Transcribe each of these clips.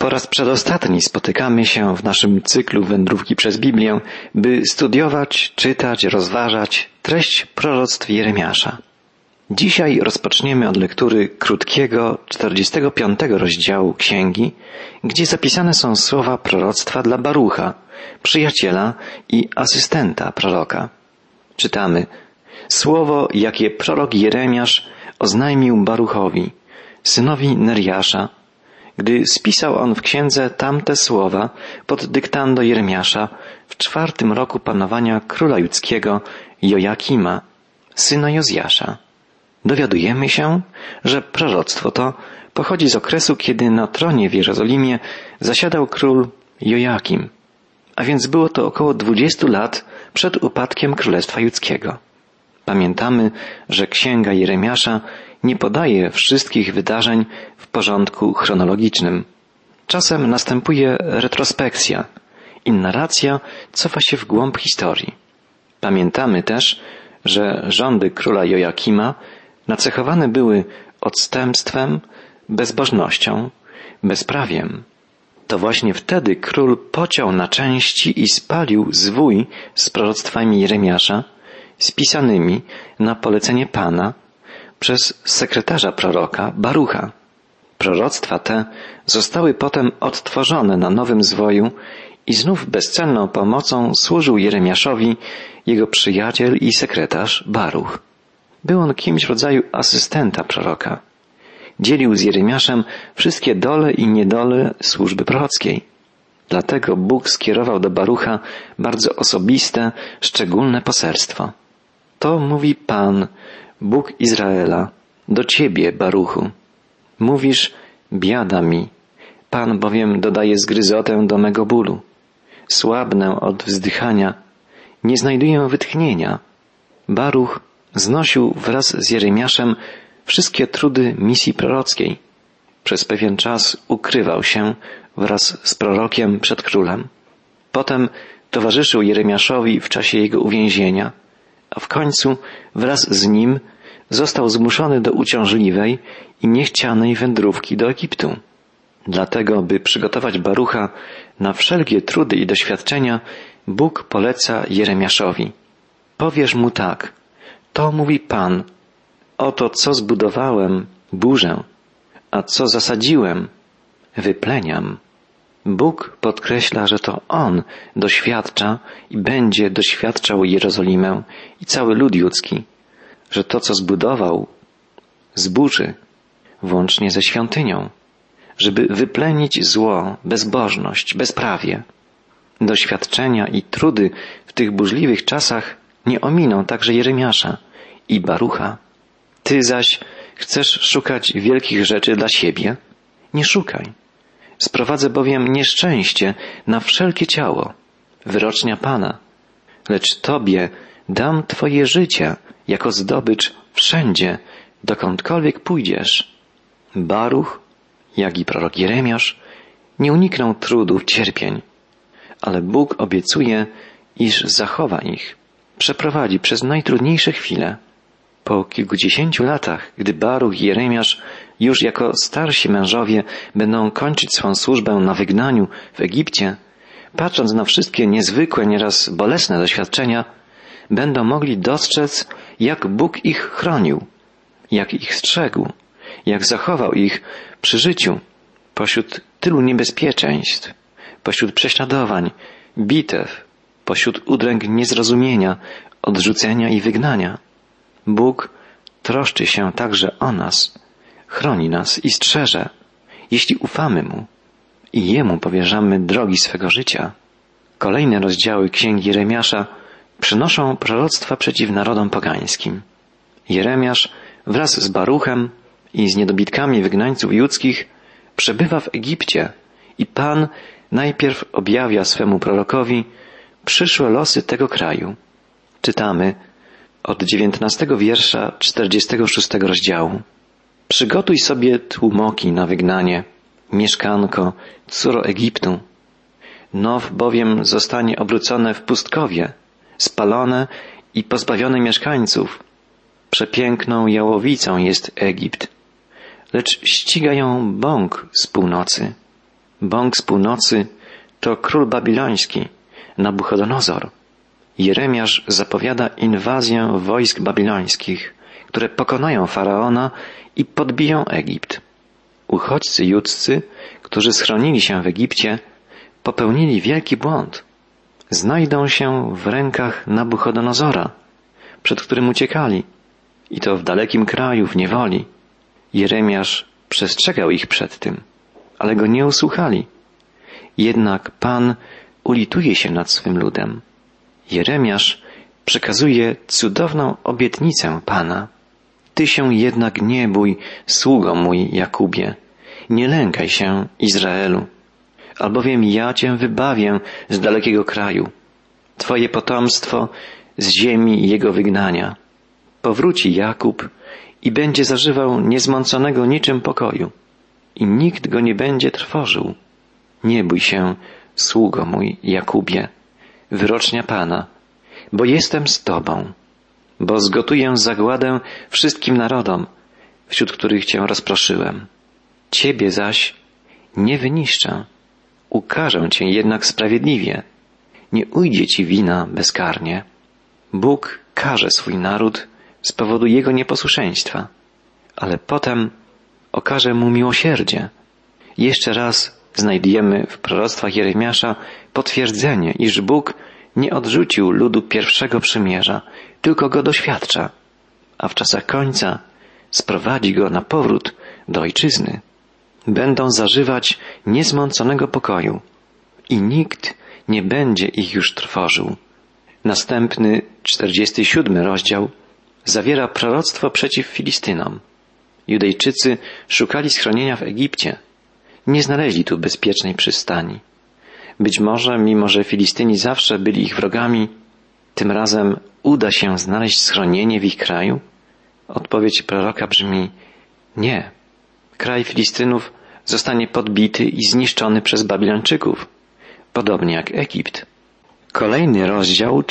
Po raz przedostatni spotykamy się w naszym cyklu Wędrówki przez Biblię, by studiować, czytać, rozważać treść proroctw Jeremiasza. Dzisiaj rozpoczniemy od lektury krótkiego, 45 rozdziału księgi, gdzie zapisane są słowa proroctwa dla Barucha, przyjaciela i asystenta proroka. Czytamy: słowo, jakie prorok Jeremiasz oznajmił Baruchowi, synowi Neriasza, gdy spisał on w księdze tamte słowa pod dyktando Jeremiasza w 4. roku panowania króla judzkiego Jojakima, syna Jozjasza. Dowiadujemy się, że proroctwo to pochodzi z okresu, kiedy na tronie w Jerozolimie zasiadał król Jojakim, a więc było to około 20 lat przed upadkiem Królestwa Judzkiego. Pamiętamy, że księga Jeremiasza nie podaje wszystkich wydarzeń w porządku chronologicznym. Czasem następuje retrospekcja i narracja cofa się w głąb historii. Pamiętamy też, że rządy króla Jojakima nacechowane były odstępstwem, bezbożnością, bezprawiem. To właśnie wtedy król pociął na części i spalił zwój z proroctwami Jeremiasza, spisanymi na polecenie Pana przez sekretarza proroka Barucha. Proroctwa te zostały potem odtworzone na nowym zwoju i znów bezcenną pomocą służył Jeremiaszowi jego przyjaciel i sekretarz Baruch. Był on kimś w rodzaju asystenta proroka. Dzielił z Jeremiaszem wszystkie dole i niedole służby prorockiej. Dlatego Bóg skierował do Barucha bardzo osobiste, szczególne poselstwo. To mówi Pan, Bóg Izraela, do ciebie, Baruchu. Mówisz: biada mi, Pan bowiem dodaje zgryzotę do mego bólu. Słabnę od wzdychania, nie znajduję wytchnienia. Baruch znosił wraz z Jeremiaszem wszystkie trudy misji prorockiej. Przez pewien czas ukrywał się wraz z prorokiem przed królem. Potem towarzyszył Jeremiaszowi w czasie jego uwięzienia, a w końcu wraz z nim został zmuszony do uciążliwej i niechcianej wędrówki do Egiptu. Dlatego, by przygotować Barucha na wszelkie trudy i doświadczenia, Bóg poleca Jeremiaszowi: powiesz mu tak: to mówi Pan, oto co zbudowałem, burzę, a co zasadziłem, wypleniam. Bóg podkreśla, że to On doświadcza i będzie doświadczał Jerozolimę i cały lud judzki, że to, co zbudował, zburzy, włącznie ze świątynią, żeby wyplenić zło, bezbożność, bezprawie. Doświadczenia i trudy w tych burzliwych czasach nie ominą także Jeremiasza i Barucha. Ty zaś chcesz szukać wielkich rzeczy dla siebie? Nie szukaj. Sprowadzę bowiem nieszczęście na wszelkie ciało, wyrocznia Pana. Lecz Tobie dam Twoje życie jako zdobycz wszędzie, dokądkolwiek pójdziesz. Baruch, jak i prorok Jeremiasz, nie unikną trudów, cierpień, ale Bóg obiecuje, iż zachowa ich, przeprowadzi przez najtrudniejsze chwile. Po kilkudziesięciu latach, gdy Baruch i Jeremiasz już jako starsi mężowie będą kończyć swą służbę na wygnaniu w Egipcie, patrząc na wszystkie niezwykłe, nieraz bolesne doświadczenia, będą mogli dostrzec, jak Bóg ich chronił, jak ich strzegł, jak zachował ich przy życiu pośród tylu niebezpieczeństw, pośród prześladowań, bitew, pośród udręk niezrozumienia, odrzucenia i wygnania. Bóg troszczy się także o nas, chroni nas i strzeże, jeśli ufamy Mu i Jemu powierzamy drogi swego życia. Kolejne rozdziały księgi Jeremiasza przynoszą proroctwa przeciw narodom pogańskim. Jeremiasz wraz z Baruchem i z niedobitkami wygnańców judzkich przebywa w Egipcie i Pan najpierw objawia swemu prorokowi przyszłe losy tego kraju. Czytamy od 19 wiersza 46 rozdziału. Przygotuj sobie tłumoki na wygnanie, mieszkanko, córo Egiptu. Now bowiem zostanie obrócone w pustkowie, spalone i pozbawione mieszkańców. Przepiękną jałowicą jest Egipt, lecz ściga ją bąk z północy. Bąk z północy to król babiloński, Nabuchodonozor. Jeremiasz zapowiada inwazję wojsk babilońskich, które pokonają Faraona i podbiją Egipt. Uchodźcy judzcy, którzy schronili się w Egipcie, popełnili wielki błąd. Znajdą się w rękach Nabuchodonozora, przed którym uciekali, i to w dalekim kraju, w niewoli. Jeremiasz przestrzegał ich przed tym, ale go nie usłuchali. Jednak Pan ulituje się nad swym ludem. Jeremiasz przekazuje cudowną obietnicę Pana. Ty się jednak nie bój, sługo mój Jakubie, nie lękaj się, Izraelu, albowiem ja Cię wybawię z dalekiego kraju, Twoje potomstwo z ziemi jego wygnania. Powróci Jakub i będzie zażywał niezmąconego niczym pokoju i nikt go nie będzie trwożył. Nie bój się, sługo mój Jakubie, wyrocznia Pana, bo jestem z Tobą, bo zgotuję zagładę wszystkim narodom, wśród których Cię rozproszyłem. Ciebie zaś nie wyniszczę, ukarzę Cię jednak sprawiedliwie, nie ujdzie Ci wina bezkarnie. Bóg karze swój naród z powodu jego nieposłuszeństwa, ale potem okaże mu miłosierdzie. Jeszcze raz znajdziemy w proroctwach Jeremiasza potwierdzenie, iż Bóg nie odrzucił ludu pierwszego przymierza, tylko go doświadcza, a w czasach końca sprowadzi go na powrót do ojczyzny. Będą zażywać niezmąconego pokoju i nikt nie będzie ich już trwożył. Następny, 47 rozdział zawiera proroctwo przeciw Filistynom. Judejczycy szukali schronienia w Egipcie. Nie znaleźli tu bezpiecznej przystani. Być może, mimo że Filistyni zawsze byli ich wrogami, tym razem uda się znaleźć schronienie w ich kraju? Odpowiedź proroka brzmi: nie. Kraj Filistynów zostanie podbity i zniszczony przez Babilończyków, podobnie jak Egipt. Kolejny rozdział,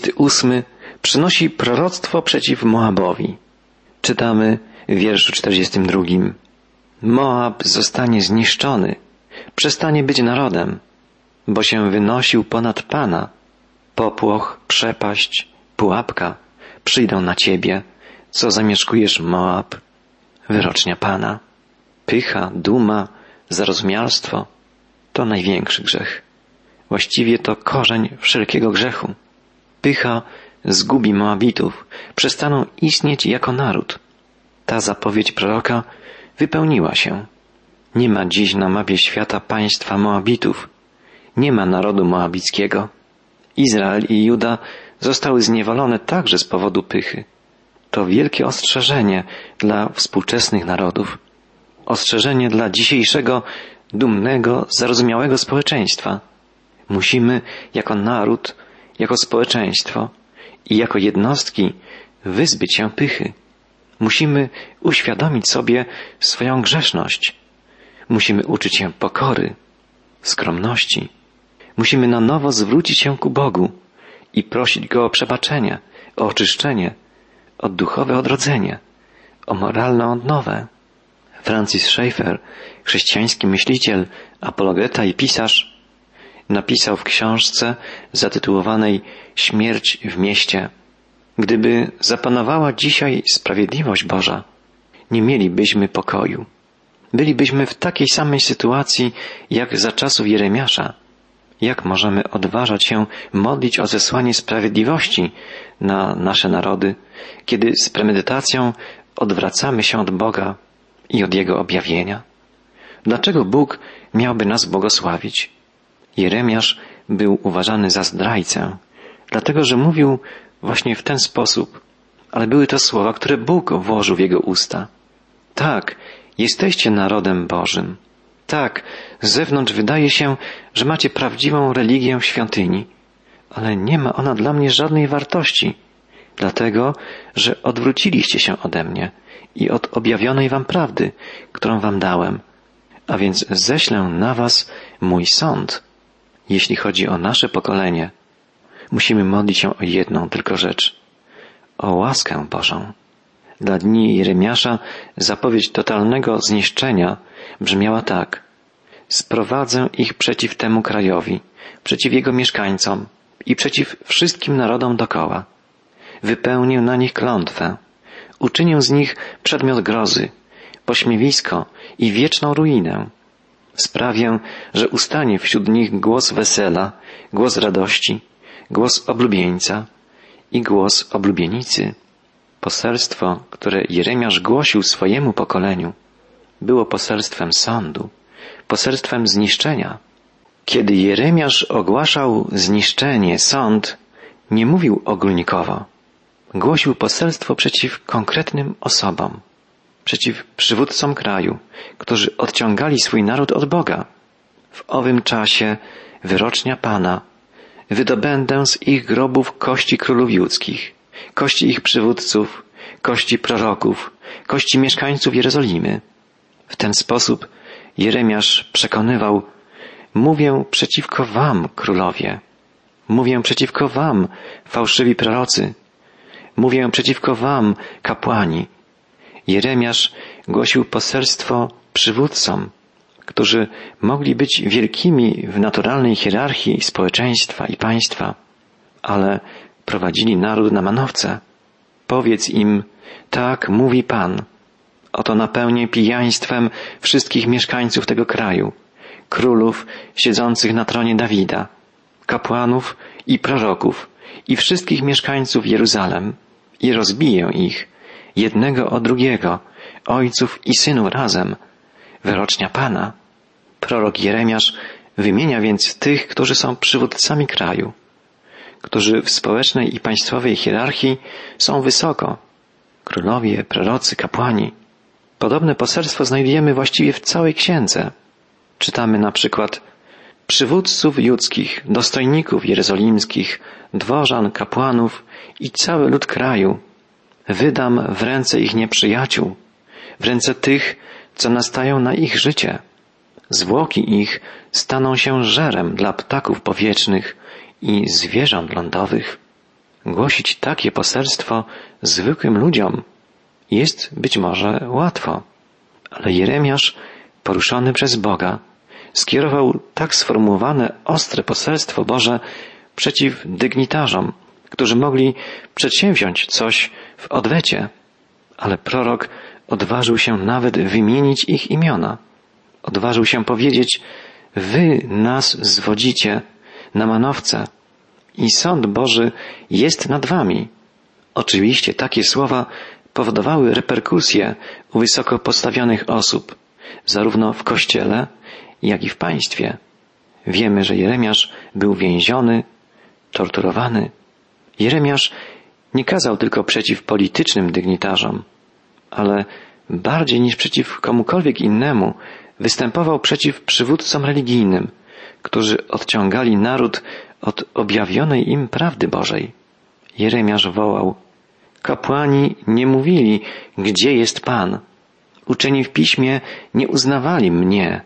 48, przynosi proroctwo przeciw Moabowi. Czytamy w wierszu 42. Moab zostanie zniszczony, przestanie być narodem, bo się wynosił ponad Pana. Popłoch, przepaść, pułapka przyjdą na ciebie, co zamieszkujesz Moab, wyrocznia Pana. Pycha, duma, zarozumialstwo to największy grzech. Właściwie to korzeń wszelkiego grzechu. Pycha zgubi Moabitów, przestaną istnieć jako naród. Ta zapowiedź proroka wypełniła się. Nie ma dziś na mapie świata państwa Moabitów. Nie ma narodu moabickiego. Izrael i Juda zostały zniewolone także z powodu pychy. To wielkie ostrzeżenie dla współczesnych narodów. Ostrzeżenie dla dzisiejszego, dumnego, zarozumiałego społeczeństwa. Musimy jako naród, jako społeczeństwo i jako jednostki wyzbyć się pychy. Musimy uświadomić sobie swoją grzeszność. Musimy uczyć się pokory, skromności. Musimy na nowo zwrócić się ku Bogu i prosić Go o przebaczenie, o oczyszczenie, o duchowe odrodzenie, o moralną odnowę. Francis Schaeffer, chrześcijański myśliciel, apologeta i pisarz, napisał w książce zatytułowanej Śmierć w mieście: gdyby zapanowała dzisiaj sprawiedliwość Boża, nie mielibyśmy pokoju. Bylibyśmy w takiej samej sytuacji jak za czasów Jeremiasza. Jak możemy odważać się modlić o zesłanie sprawiedliwości na nasze narody, kiedy z premedytacją odwracamy się od Boga i od Jego objawienia? Dlaczego Bóg miałby nas błogosławić? Jeremiasz był uważany za zdrajcę, dlatego że mówił właśnie w ten sposób, ale były to słowa, które Bóg włożył w jego usta. Tak, jesteście narodem Bożym. Tak, z zewnątrz wydaje się, że macie prawdziwą religię w świątyni, ale nie ma ona dla mnie żadnej wartości, dlatego, że odwróciliście się ode mnie i od objawionej wam prawdy, którą wam dałem, a więc ześlę na was mój sąd. Jeśli chodzi o nasze pokolenie, musimy modlić się o jedną tylko rzecz: o łaskę Bożą. Dla dni Jeremiasza zapowiedź totalnego zniszczenia brzmiała tak: sprowadzę ich przeciw temu krajowi, przeciw jego mieszkańcom i przeciw wszystkim narodom dokoła. Wypełnię na nich klątwę, uczynię z nich przedmiot grozy, pośmiewisko i wieczną ruinę. Sprawię, że ustanie wśród nich głos wesela, głos radości, głos oblubieńca i głos oblubienicy. Poselstwo, które Jeremiasz głosił swojemu pokoleniu, było poselstwem sądu, poselstwem zniszczenia. Kiedy Jeremiasz ogłaszał zniszczenie, sąd, nie mówił ogólnikowo. Głosił poselstwo przeciw konkretnym osobom, przeciw przywódcom kraju, którzy odciągali swój naród od Boga. W owym czasie wyrocznia Pana wydobędę z ich grobów kości królów judzkich, kości ich przywódców, kości proroków, kości mieszkańców Jerozolimy. W ten sposób Jeremiasz przekonywał: mówię przeciwko wam, królowie, mówię przeciwko wam, fałszywi prorocy, mówię przeciwko wam, kapłani. Jeremiasz głosił poselstwo przywódcom, którzy mogli być wielkimi w naturalnej hierarchii społeczeństwa i państwa, ale prowadzili naród na manowce. Powiedz im: tak mówi Pan, oto napełnię pijaństwem wszystkich mieszkańców tego kraju, królów siedzących na tronie Dawida, kapłanów i proroków i wszystkich mieszkańców Jeruzalem i rozbiję ich, jednego od drugiego, ojców i synów razem. Wyrocznia Pana. Prorok Jeremiasz wymienia więc tych, którzy są przywódcami kraju, którzy w społecznej i państwowej hierarchii są wysoko. Królowie, prorocy, kapłani. Podobne poselstwo znajdujemy właściwie w całej księdze. Czytamy na przykład: przywódców judzkich, dostojników jerozolimskich, dworzan, kapłanów i cały lud kraju wydam w ręce ich nieprzyjaciół, w ręce tych, co nastają na ich życie. Zwłoki ich staną się żerem dla ptaków powietrznych i zwierząt lądowych. Głosić takie poselstwo zwykłym ludziom jest być może łatwo, ale Jeremiasz, poruszony przez Boga, skierował tak sformułowane ostre poselstwo Boże przeciw dygnitarzom, którzy mogli przedsięwziąć coś w odwecie, ale prorok odważył się nawet wymienić ich imiona. Odważył się powiedzieć: wy nas zwodzicie na manowce i sąd Boży jest nad wami. Oczywiście takie słowa powodowały reperkusje u wysoko postawionych osób, zarówno w Kościele, jak i w państwie. Wiemy, że Jeremiasz był więziony, torturowany. Jeremiasz nie kazał tylko przeciw politycznym dygnitarzom, ale bardziej niż przeciw komukolwiek innemu występował przeciw przywódcom religijnym, którzy odciągali naród od objawionej im prawdy Bożej. Jeremiasz wołał: kapłani nie mówili, gdzie jest Pan. Uczeni w piśmie nie uznawali mnie.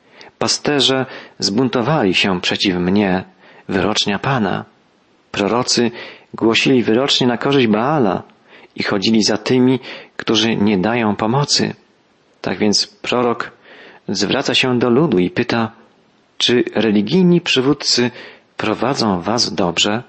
Pasterze zbuntowali się przeciw mnie, wyrocznia Pana. Prorocy głosili wyrocznie na korzyść Baala i chodzili za tymi, którzy nie dają pomocy. Tak więc prorok zwraca się do ludu i pyta: czy religijni przywódcy prowadzą was dobrze?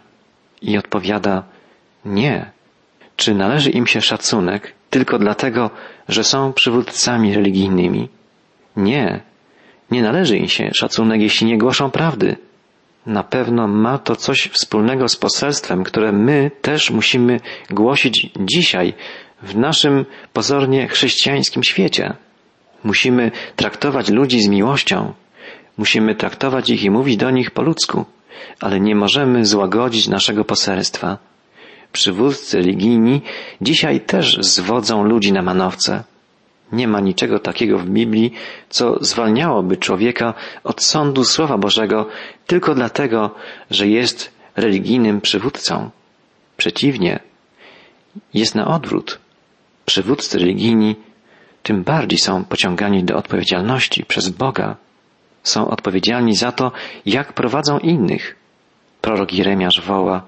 I odpowiada: nie. Czy należy im się szacunek tylko dlatego, że są przywódcami religijnymi? Nie. Nie należy im się szacunek, jeśli nie głoszą prawdy. Na pewno ma to coś wspólnego z poselstwem, które my też musimy głosić dzisiaj w naszym pozornie chrześcijańskim świecie. Musimy traktować ludzi z miłością. Musimy traktować ich i mówić do nich po ludzku, ale nie możemy złagodzić naszego poselstwa. Przywódcy religijni dzisiaj też zwodzą ludzi na manowce. Nie ma niczego takiego w Biblii, co zwalniałoby człowieka od sądu Słowa Bożego tylko dlatego, że jest religijnym przywódcą. Przeciwnie, jest na odwrót. Przywódcy religijni tym bardziej są pociągani do odpowiedzialności przez Boga. Są odpowiedzialni za to, jak prowadzą innych. Prorok Jeremiasz woła: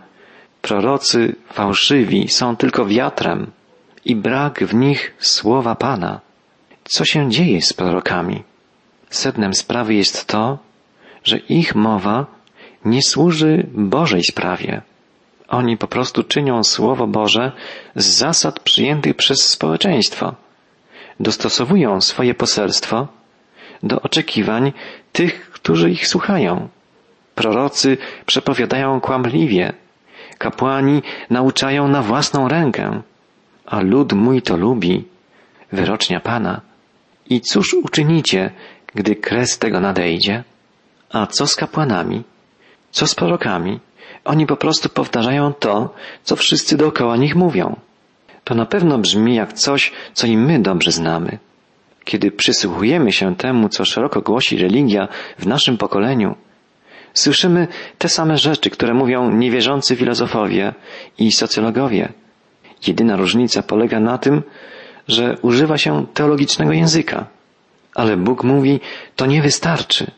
prorocy fałszywi są tylko wiatrem i brak w nich słowa Pana. Co się dzieje z prorokami? Sednem sprawy jest to, że ich mowa nie służy Bożej sprawie. Oni po prostu czynią Słowo Boże z zasad przyjętych przez społeczeństwo. Dostosowują swoje poselstwo do oczekiwań tych, którzy ich słuchają. Prorocy przepowiadają kłamliwie, kapłani nauczają na własną rękę, a lud mój to lubi, wyrocznia Pana. I cóż uczynicie, gdy kres tego nadejdzie? A co z kapłanami? Co z prorokami? Oni po prostu powtarzają to, co wszyscy dookoła nich mówią. To na pewno brzmi jak coś, co i my dobrze znamy. Kiedy przysłuchujemy się temu, co szeroko głosi religia w naszym pokoleniu, słyszymy te same rzeczy, które mówią niewierzący filozofowie i socjologowie. Jedyna różnica polega na tym, że używa się teologicznego języka. Ale Bóg mówi, to nie wystarczy.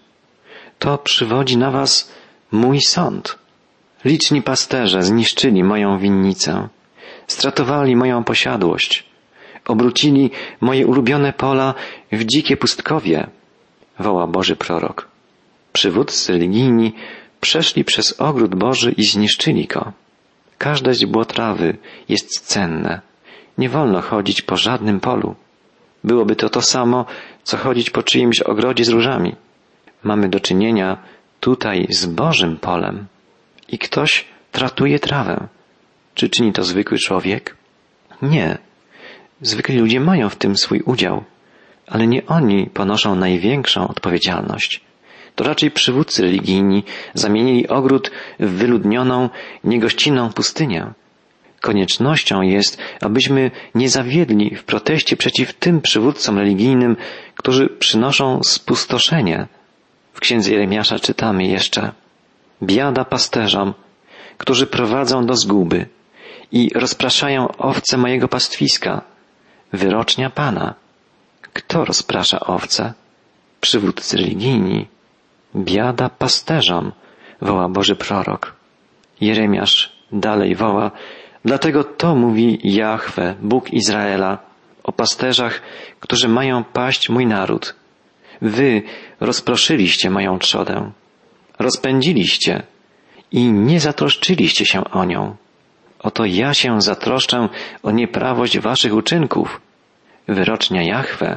To przywodzi na was mój sąd. Liczni pasterze zniszczyli moją winnicę, stratowali moją posiadłość, obrócili moje ulubione pola w dzikie pustkowie, woła Boży prorok. Przywódcy religijni przeszli przez ogród Boży i zniszczyli go. Każde źdźbło trawy jest cenne. Nie wolno chodzić po żadnym polu. Byłoby to samo, co chodzić po czyimś ogrodzie z różami. Mamy do czynienia tutaj z Bożym polem. I ktoś tratuje trawę. Czy czyni to zwykły człowiek? Nie. Zwykli ludzie mają w tym swój udział, ale nie oni ponoszą największą odpowiedzialność. To raczej przywódcy religijni zamienili ogród w wyludnioną, niegościnną pustynię. Koniecznością jest, abyśmy nie zawiedli w proteście przeciw tym przywódcom religijnym, którzy przynoszą spustoszenie. W księdze Jeremiasza czytamy jeszcze: biada pasterzom, którzy prowadzą do zguby i rozpraszają owce mojego pastwiska, wyrocznia Pana. Kto rozprasza owce? Przywódcy religijni. Biada pasterzom, woła Boży prorok. Jeremiasz dalej woła: dlatego to mówi Jahwe, Bóg Izraela, o pasterzach, którzy mają paść mój naród. Wy rozproszyliście moją trzodę, rozpędziliście i nie zatroszczyliście się o nią. Oto ja się zatroszczę o nieprawość waszych uczynków, wyrocznia Jahwe.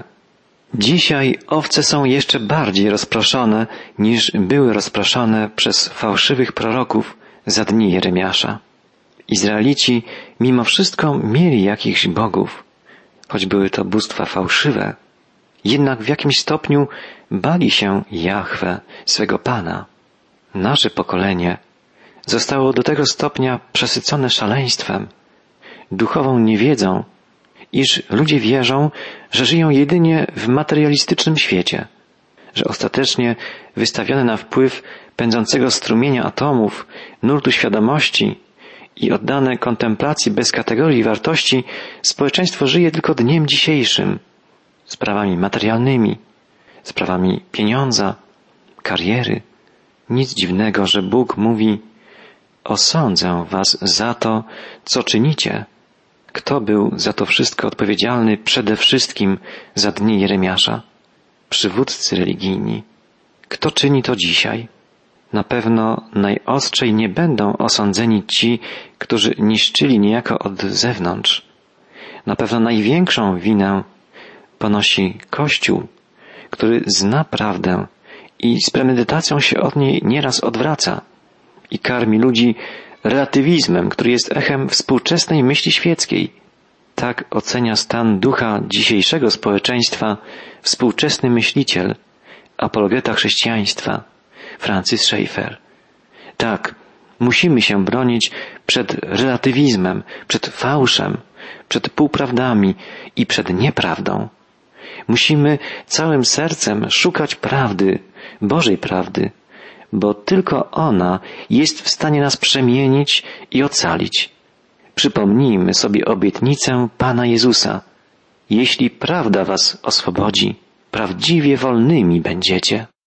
Dzisiaj owce są jeszcze bardziej rozproszone, niż były rozproszone przez fałszywych proroków za dni Jeremiasza. Izraelici mimo wszystko mieli jakichś bogów, choć były to bóstwa fałszywe, jednak w jakimś stopniu bali się Jahwe, swego Pana. Nasze pokolenie zostało do tego stopnia przesycone szaleństwem, duchową niewiedzą, iż ludzie wierzą, że żyją jedynie w materialistycznym świecie, że ostatecznie wystawione na wpływ pędzącego strumienia atomów, nurtu świadomości i oddane kontemplacji bez kategorii wartości, społeczeństwo żyje tylko dniem dzisiejszym, sprawami materialnymi, sprawami pieniądza, kariery. Nic dziwnego, że Bóg mówi: osądzę was za to, co czynicie. Kto był za to wszystko odpowiedzialny przede wszystkim za dni Jeremiasza? Przywódcy religijni. Kto czyni to dzisiaj? Na pewno najostrzej nie będą osądzeni ci, którzy niszczyli niejako od zewnątrz. Na pewno największą winę ponosi Kościół, który zna prawdę i z premedytacją się od niej nieraz odwraca i karmi ludzi relatywizmem, który jest echem współczesnej myśli świeckiej. Tak ocenia stan ducha dzisiejszego społeczeństwa współczesny myśliciel, apologeta chrześcijaństwa, Francis Schaeffer. Tak, musimy się bronić przed relatywizmem, przed fałszem, przed półprawdami i przed nieprawdą. Musimy całym sercem szukać prawdy, Bożej prawdy, bo tylko ona jest w stanie nas przemienić i ocalić. Przypomnijmy sobie obietnicę Pana Jezusa. Jeśli prawda was oswobodzi, prawdziwie wolnymi będziecie.